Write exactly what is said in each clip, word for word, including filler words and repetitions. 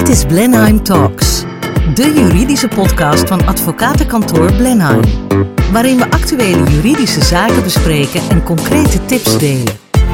Dit is Blenheim Talks, de juridische podcast van advocatenkantoor Blenheim, waarin we actuele juridische zaken bespreken en concrete tips delen.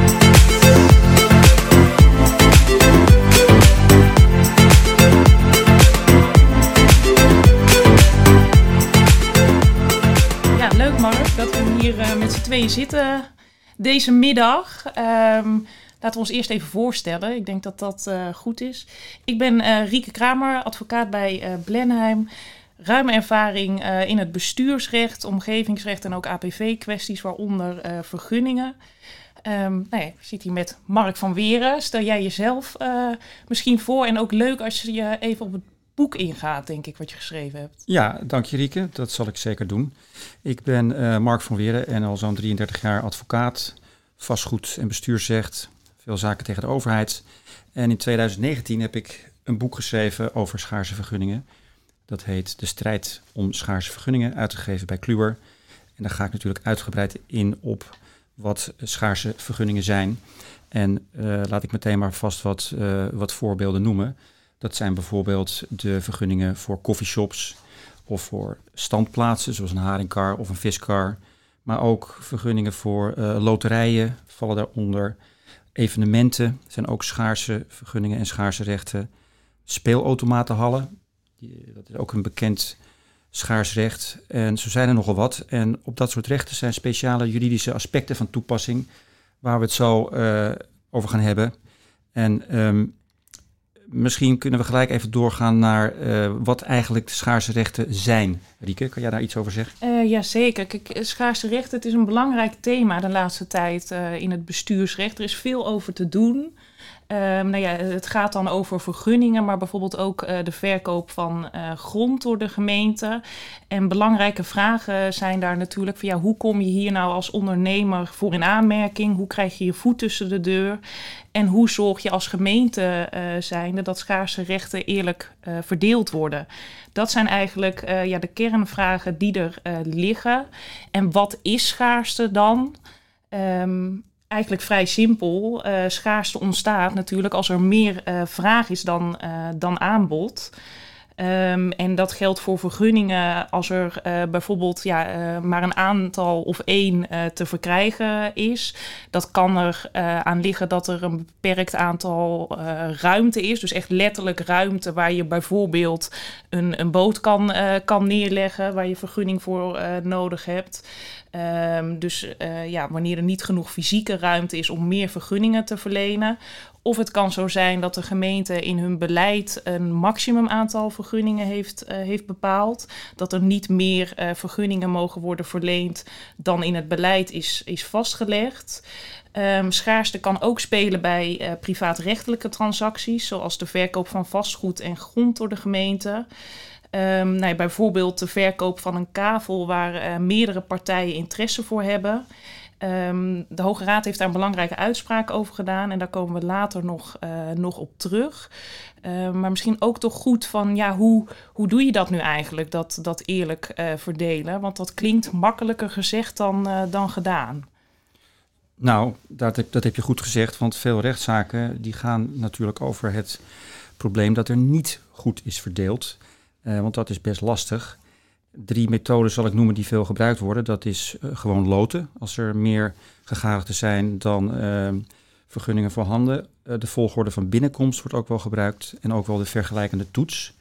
Ja, leuk Mark dat we hier uh, met z'n tweeën zitten deze middag. Um, Laten we ons eerst even voorstellen. Ik denk dat dat uh, goed is. Ik ben uh, Rieke Kramer, advocaat bij uh, Blenheim. Ruime ervaring uh, in het bestuursrecht, omgevingsrecht en ook A P V-kwesties, waaronder uh, vergunningen. Um, nou ja, ik zit hier met Mark van Weren. Stel jij jezelf uh, misschien voor. En ook leuk als je even op het boek ingaat, denk ik, wat je geschreven hebt. Ja, dank je Rieke. Dat zal ik zeker doen. Ik ben uh, Mark van Weren en al zo'n drieëndertig jaar advocaat, vastgoed en bestuursrecht. Veel zaken tegen de overheid. En in twintig negentien heb ik een boek geschreven over schaarse vergunningen. Dat heet De strijd om schaarse vergunningen, uitgegeven bij Kluwer. En daar ga ik natuurlijk uitgebreid in op wat schaarse vergunningen zijn. En uh, laat ik meteen maar vast wat, uh, wat voorbeelden noemen. Dat zijn bijvoorbeeld de vergunningen voor coffeeshops of voor standplaatsen, zoals een haringkar of een viskar. Maar ook vergunningen voor uh, loterijen vallen daaronder. Evenementen zijn ook schaarse vergunningen en schaarse rechten. Speelautomatenhallen, dat is ook een bekend schaars recht. En zo zijn er nogal wat. En op dat soort rechten zijn speciale juridische aspecten van toepassing, waar we het zo uh, over gaan hebben. En um, misschien kunnen we gelijk even doorgaan naar uh, wat eigenlijk de schaarse rechten zijn. Rieke, kan jij daar iets over zeggen? Uh, Jazeker. Kijk, schaarse rechten, het is een belangrijk thema de laatste tijd uh, in het bestuursrecht. Er is veel over te doen. Um, nou ja, het gaat dan over vergunningen, maar bijvoorbeeld ook uh, de verkoop van uh, grond door de gemeente. En belangrijke vragen zijn daar natuurlijk van ja, hoe kom je hier nou als ondernemer voor in aanmerking? Hoe krijg je je voet tussen de deur? En hoe zorg je als gemeente uh, zijnde dat schaarse rechten eerlijk uh, verdeeld worden? Dat zijn eigenlijk uh, ja, de kernvragen die er uh, liggen. En wat is schaarste dan? Um, Eigenlijk vrij simpel. Uh, schaarste ontstaat natuurlijk als er meer uh, vraag is dan, uh, dan aanbod. Um, en dat geldt voor vergunningen als er uh, bijvoorbeeld ja, uh, maar een aantal of één uh, te verkrijgen is. Dat kan er uh, aan liggen dat er een beperkt aantal uh, ruimte is. Dus echt letterlijk ruimte waar je bijvoorbeeld een, een boot kan, uh, kan neerleggen, waar je vergunning voor uh, nodig hebt. Um, dus uh, ja, wanneer er niet genoeg fysieke ruimte is om meer vergunningen te verlenen. Of het kan zo zijn dat de gemeente in hun beleid een maximum aantal vergunningen heeft, uh, heeft bepaald. Dat er niet meer uh, vergunningen mogen worden verleend dan in het beleid is, is vastgelegd. Um, schaarste kan ook spelen bij uh, privaatrechtelijke transacties, zoals de verkoop van vastgoed en grond door de gemeente. Um, nou ja, bijvoorbeeld de verkoop van een kavel waar uh, meerdere partijen interesse voor hebben. Um, de Hoge Raad heeft daar een belangrijke uitspraak over gedaan en daar komen we later nog, uh, nog op terug. Uh, maar misschien ook toch goed van, ja, hoe, hoe doe je dat nu eigenlijk, dat, dat eerlijk uh, verdelen? Want dat klinkt makkelijker gezegd dan, uh, dan gedaan. Nou, dat heb, dat heb je goed gezegd, want veel rechtszaken die gaan natuurlijk over het probleem dat er niet goed is verdeeld. Uh, want dat is best lastig. Drie methoden zal ik noemen die veel gebruikt worden. Dat is uh, gewoon loten. Als er meer gegadigden zijn dan uh, vergunningen voorhanden. Uh, de volgorde van binnenkomst wordt ook wel gebruikt. En ook wel de vergelijkende toets.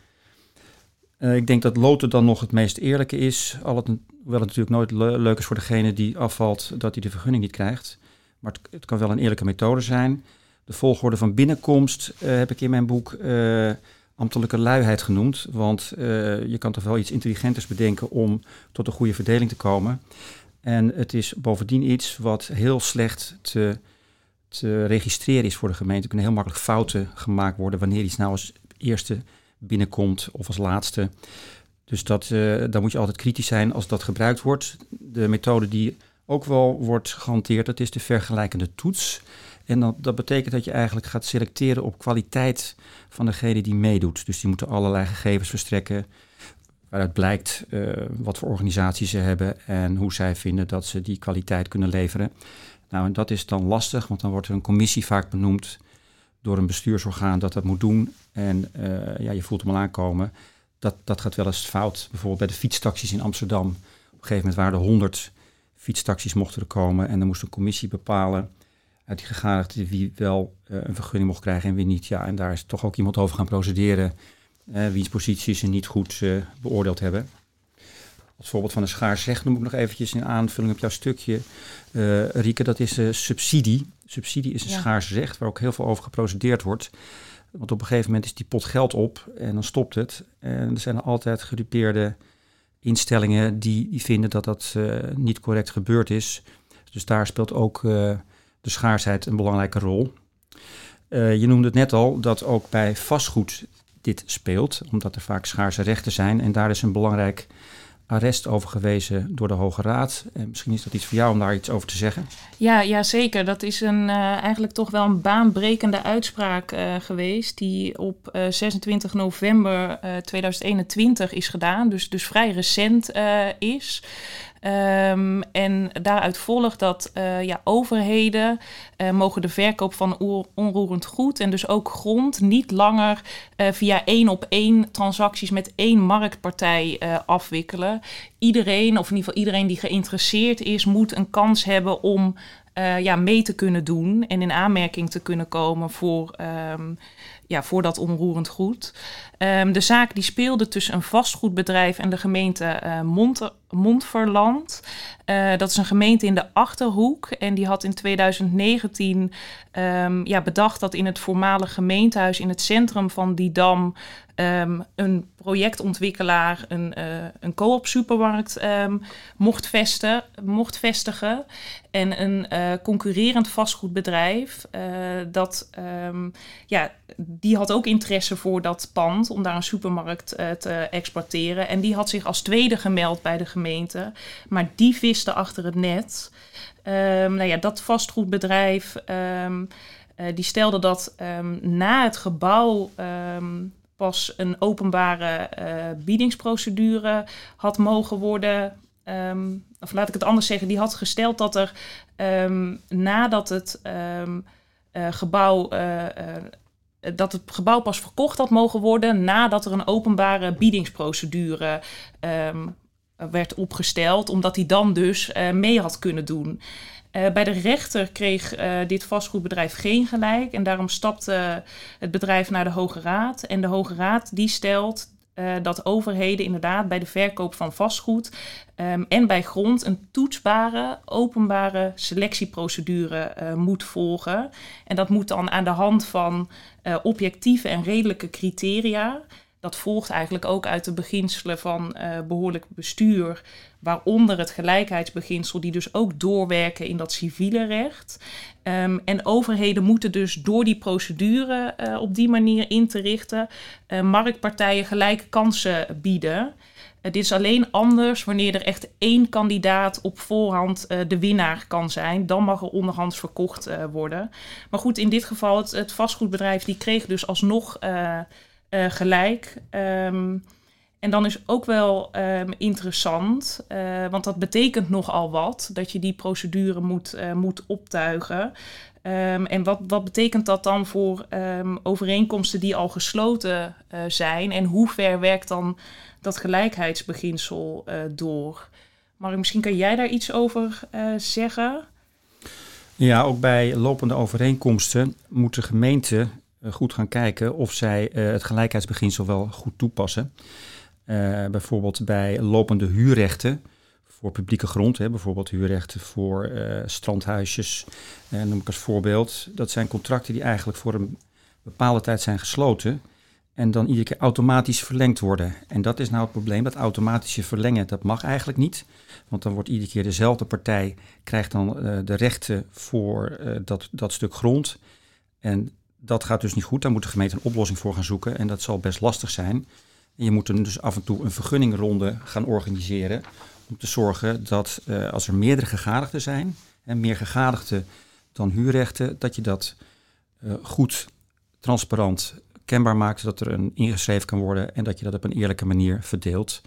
Uh, ik denk dat loten dan nog het meest eerlijke is. Al het, hoewel het natuurlijk nooit le- leuk is voor degene die afvalt dat hij de vergunning niet krijgt. Maar het, het kan wel een eerlijke methode zijn. De volgorde van binnenkomst uh, heb ik in mijn boek Uh, ambtelijke luiheid genoemd, want uh, je kan toch wel iets intelligenters bedenken om tot een goede verdeling te komen. En het is bovendien iets wat heel slecht te, te registreren is voor de gemeente. Er kunnen heel makkelijk fouten gemaakt worden wanneer iets nou als eerste binnenkomt of als laatste. Dus dat, uh, daar moet je altijd kritisch zijn als dat gebruikt wordt. De methode die ook wel wordt gehanteerd, dat is de vergelijkende toets. En dat, dat betekent dat je eigenlijk gaat selecteren op kwaliteit van degene die meedoet. Dus die moeten allerlei gegevens verstrekken waaruit blijkt uh, wat voor organisatie ze hebben en hoe zij vinden dat ze die kwaliteit kunnen leveren. Nou, en dat is dan lastig, want dan wordt er een commissie vaak benoemd door een bestuursorgaan dat dat moet doen. En uh, ja, je voelt hem al aankomen. Dat, dat gaat wel eens fout. Bijvoorbeeld bij de fietstaxis in Amsterdam. Op een gegeven moment waren er honderd fietstaxis mochten er komen. En dan moest een commissie bepalen uit die gegadigden wie wel uh, een vergunning mocht krijgen en wie niet. Ja, en daar is toch ook iemand over gaan procederen. Uh, wiens positie ze niet goed uh, beoordeeld hebben. Als voorbeeld van een schaars recht noem ik nog eventjes in aanvulling op jouw stukje. Uh, Rieke, dat is uh, subsidie. Subsidie is een ja. schaars recht waar ook heel veel over geprocedeerd wordt. Want op een gegeven moment is die pot geld op en dan stopt het. En er zijn er altijd gedupeerde instellingen die, die vinden dat dat uh, niet correct gebeurd is. Dus daar speelt ook uh, de schaarsheid een belangrijke rol. Uh, je noemde het net al dat ook bij vastgoed dit speelt, omdat er vaak schaarse rechten zijn. En daar is een belangrijk arrest over gewezen door de Hoge Raad. En misschien is dat iets voor jou om daar iets over te zeggen. Ja, ja zeker. Dat is een, uh, eigenlijk toch wel een baanbrekende uitspraak uh, geweest die op uh, zesentwintig november uh, tweeduizend eenentwintig is gedaan. Dus, dus vrij recent uh, is. Um, en daaruit volgt dat uh, ja, overheden uh, mogen de verkoop van oor- onroerend goed en dus ook grond niet langer uh, via één op één transacties met één marktpartij uh, afwikkelen. Iedereen, of in ieder geval iedereen die geïnteresseerd is, moet een kans hebben om uh, ja, mee te kunnen doen en in aanmerking te kunnen komen voor, um, ja, voor dat onroerend goed. Um, de zaak die speelde tussen een vastgoedbedrijf en de gemeente uh, Mont- Montferland. Uh, dat is een gemeente in de Achterhoek. En die had in tweeduizend negentien um, ja, bedacht dat in het voormalige gemeentehuis in het centrum van Didam um, een projectontwikkelaar een, uh, een co-op supermarkt um, mocht, vesten, mocht vestigen. En een uh, concurrerend vastgoedbedrijf, uh, dat, um, ja, die had ook interesse voor dat pand om daar een supermarkt uh, te exporteren. En die had zich als tweede gemeld bij de gemeente. Maar die viste achter het net. Um, nou ja, dat vastgoedbedrijf um, uh, die stelde dat um, na het gebouw um, pas een openbare uh, biedingsprocedure had mogen worden. Um, of laat ik het anders zeggen, die had gesteld dat er um, nadat het um, uh, gebouw... Uh, uh, dat het gebouw pas verkocht had mogen worden nadat er een openbare biedingsprocedure um, werd opgesteld, omdat hij dan dus uh, mee had kunnen doen. Uh, bij de rechter kreeg uh, dit vastgoedbedrijf geen gelijk en daarom stapte het bedrijf naar de Hoge Raad. En de Hoge Raad die stelt uh, dat overheden inderdaad bij de verkoop van vastgoed um, en bij grond een toetsbare openbare selectieprocedure uh, moet volgen. En dat moet dan aan de hand van uh, objectieve en redelijke criteria. Dat volgt eigenlijk ook uit de beginselen van uh, behoorlijk bestuur, waaronder het gelijkheidsbeginsel, die dus ook doorwerken in dat civiele recht. Um, en overheden moeten dus door die procedure uh, op die manier in te richten uh, marktpartijen gelijke kansen bieden. Uh, dit is alleen anders wanneer er echt één kandidaat op voorhand uh, de winnaar kan zijn. Dan mag er onderhands verkocht uh, worden. Maar goed, in dit geval, het, het vastgoedbedrijf die kreeg dus alsnog Uh, Uh, gelijk. Um, en dan is ook wel um, interessant, uh, want dat betekent nogal wat, dat je die procedure moet, uh, moet optuigen. Um, en wat, wat betekent dat dan voor um, overeenkomsten die al gesloten uh, zijn? En hoe ver werkt dan dat gelijkheidsbeginsel uh, door? Mark, misschien kan jij daar iets over uh, zeggen? Ja, ook bij lopende overeenkomsten moet de gemeente goed gaan kijken of zij uh, het gelijkheidsbeginsel wel goed toepassen. Uh, bijvoorbeeld bij lopende huurrechten voor publieke grond, hè, bijvoorbeeld huurrechten voor uh, strandhuisjes, uh, noem ik als voorbeeld. Dat zijn contracten die eigenlijk voor een bepaalde tijd zijn gesloten en dan iedere keer automatisch verlengd worden. En dat is nou het probleem, dat automatische verlengen, dat mag eigenlijk niet. Want dan wordt iedere keer dezelfde partij, krijgt dan uh, de rechten voor uh, dat, dat stuk grond. En dat gaat dus niet goed. Daar moet de gemeente een oplossing voor gaan zoeken. En dat zal best lastig zijn. En je moet dan dus af en toe een vergunningronde gaan organiseren. Om te zorgen dat uh, als er meerdere gegadigden zijn. En meer gegadigden dan huurrechten. Dat je dat uh, goed, transparant, kenbaar maakt. Zodat er een ingeschreven kan worden. En dat je dat op een eerlijke manier verdeelt.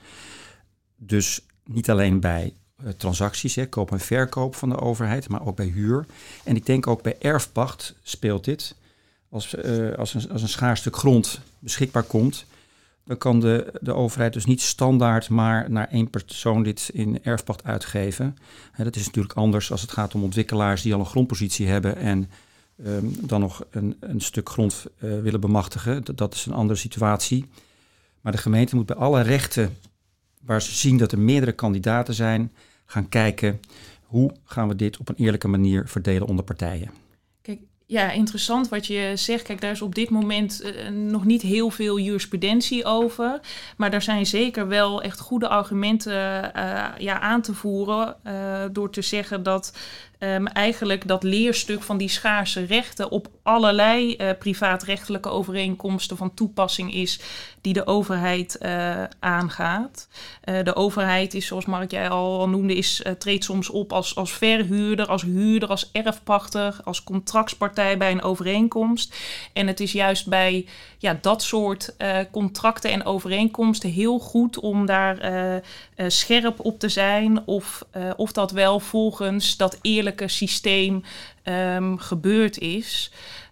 Dus niet alleen bij uh, transacties, hè, koop en verkoop van de overheid. Maar ook bij huur. En ik denk ook bij erfpacht speelt dit. als, uh, als, een, als een schaars stuk grond beschikbaar komt, dan kan de, de overheid dus niet standaard maar naar één persoon dit in erfpacht uitgeven. He, dat is natuurlijk anders als het gaat om ontwikkelaars die al een grondpositie hebben en um, dan nog een, een stuk grond uh, willen bemachtigen. Dat, dat is een andere situatie. Maar de gemeente moet bij alle rechten waar ze zien dat er meerdere kandidaten zijn, gaan kijken hoe gaan we dit op een eerlijke manier verdelen onder partijen. Kijk, ja, interessant wat je zegt. Kijk, daar is op dit moment uh, nog niet heel veel jurisprudentie over. Maar daar zijn zeker wel echt goede argumenten uh, ja, aan te voeren uh, door te zeggen dat um, eigenlijk dat leerstuk van die schaarse rechten op allerlei uh, privaatrechtelijke overeenkomsten van toepassing is die de overheid uh, aangaat. Uh, de overheid is, zoals Mark jij al, al noemde, is, uh, treedt soms op als, als verhuurder, als huurder, als erfpachter, als contractspartij bij een overeenkomst. En het is juist bij ja, dat soort uh, contracten en overeenkomsten heel goed om daar uh, uh, scherp op te zijn of, uh, of dat wel volgens dat eerlijke systeem um, gebeurd is.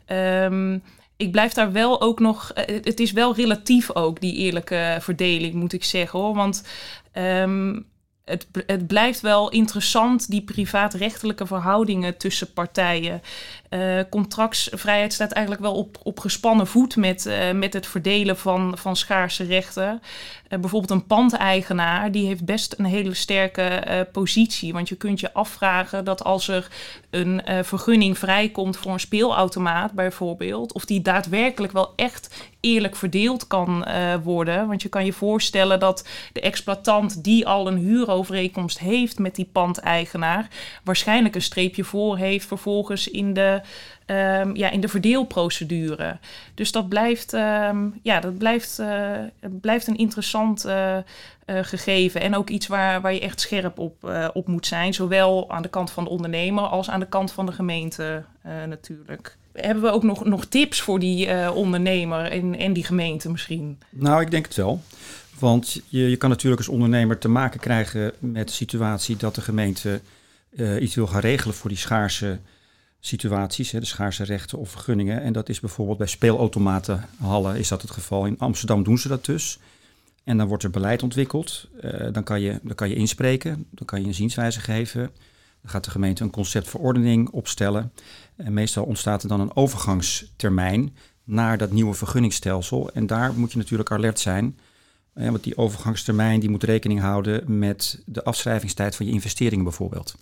Um, Ik blijf daar wel ook nog. Uh, het is wel relatief ook, die eerlijke verdeling, moet ik zeggen hoor. Want um, het, het blijft wel interessant, die privaatrechtelijke verhoudingen tussen partijen. Uh, contractsvrijheid staat eigenlijk wel op, op gespannen voet met, uh, met het verdelen van, van schaarse rechten. Uh, bijvoorbeeld een pandeigenaar, die heeft best een hele sterke uh, positie. Want je kunt je afvragen dat als er een uh, vergunning vrijkomt voor een speelautomaat bijvoorbeeld, of die daadwerkelijk wel echt eerlijk verdeeld kan uh, worden. Want je kan je voorstellen dat de exploitant die al een huurovereenkomst heeft met die pandeigenaar waarschijnlijk een streepje voor heeft vervolgens in de Um, ja, in de verdeelprocedure. Dus dat blijft, um, ja, dat blijft, uh, blijft een interessant uh, uh, gegeven. En ook iets waar, waar je echt scherp op, uh, op moet zijn. Zowel aan de kant van de ondernemer als aan de kant van de gemeente uh, natuurlijk. Hebben we ook nog, nog tips voor die uh, ondernemer en, en die gemeente misschien? Nou, ik denk het wel. Want je, je kan natuurlijk als ondernemer te maken krijgen met de situatie dat de gemeente uh, iets wil gaan regelen voor die schaarse situaties, hè, de schaarse rechten of vergunningen. En dat is bijvoorbeeld bij speelautomatenhallen is dat het geval. In Amsterdam doen ze dat dus. En dan wordt er beleid ontwikkeld. Uh, dan, kan je, dan kan je inspreken, dan kan je een zienswijze geven. Dan gaat de gemeente een conceptverordening opstellen. En meestal ontstaat er dan een overgangstermijn naar dat nieuwe vergunningsstelsel. En daar moet je natuurlijk alert zijn. Uh, want die overgangstermijn die moet rekening houden met de afschrijvingstijd van je investeringen bijvoorbeeld.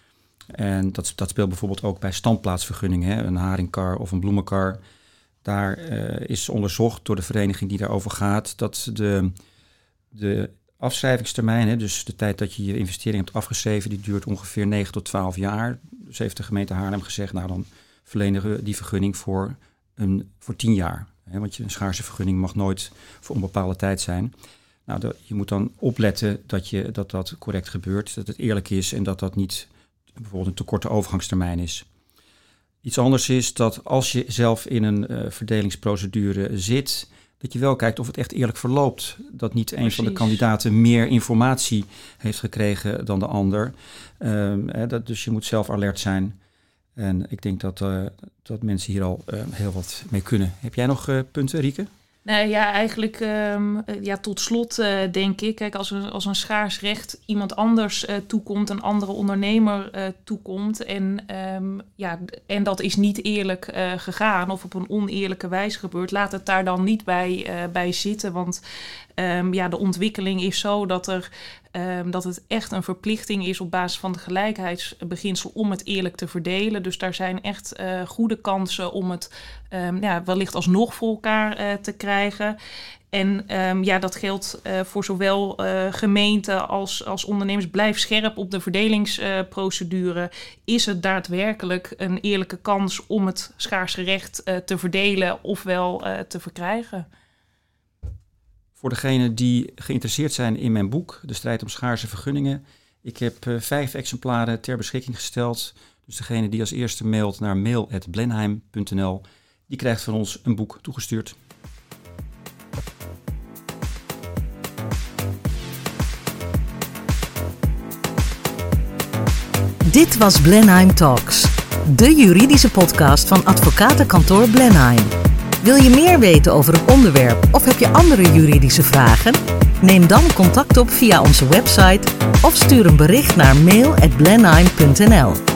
En dat, dat speelt bijvoorbeeld ook bij standplaatsvergunningen, hè, een haringkar of een bloemenkar. Daar uh, is onderzocht door de vereniging die daarover gaat dat de, de afschrijvingstermijn, hè, dus de tijd dat je je investering hebt afgeschreven, die duurt ongeveer negen tot twaalf jaar. Dus heeft de gemeente Haarlem gezegd, nou dan verlenen we die vergunning voor, een, voor tien jaar. Hè, want je, een schaarse vergunning mag nooit voor onbepaalde tijd zijn. Nou, de, je moet dan opletten dat, je, dat dat correct gebeurt, dat het eerlijk is en dat dat niet bijvoorbeeld een te korte overgangstermijn is. Iets anders is dat als je zelf in een uh, verdelingsprocedure zit, dat je wel kijkt of het echt eerlijk verloopt. Dat niet een Precies. van de kandidaten meer informatie heeft gekregen dan de ander. Um, hè, dat, dus je moet zelf alert zijn. En ik denk dat, uh, dat mensen hier al uh, heel wat mee kunnen. Heb jij nog uh, punten, Rieke? Nou ja, eigenlijk um, ja, tot slot uh, denk ik, kijk, als een, als een schaars recht iemand anders uh, toekomt, een andere ondernemer uh, toekomt en, um, ja, en dat is niet eerlijk uh, gegaan of op een oneerlijke wijze gebeurd, laat het daar dan niet bij, uh, bij zitten, want um, ja, de ontwikkeling is zo dat er Um, dat het echt een verplichting is op basis van de gelijkheidsbeginsel om het eerlijk te verdelen. Dus daar zijn echt uh, goede kansen om het um, ja, wellicht alsnog voor elkaar uh, te krijgen. En um, ja, dat geldt uh, voor zowel uh, gemeenten als, als ondernemers. Blijf scherp op de verdelingsprocedure. Uh, is het daadwerkelijk een eerlijke kans om het schaarse recht uh, te verdelen ofwel uh, te verkrijgen? Voor degenen die geïnteresseerd zijn in mijn boek, De strijd om schaarse vergunningen. Ik heb uh, vijf exemplaren ter beschikking gesteld. Dus degene die als eerste mailt naar mail apenstaartje blenheim punt n l, die krijgt van ons een boek toegestuurd. Dit was Blenheim Talks. de juridische podcast van advocatenkantoor Blenheim. Wil je meer weten over een onderwerp of heb je andere juridische vragen? Neem dan contact op via onze website of stuur een bericht naar mail at blenheim punt n l.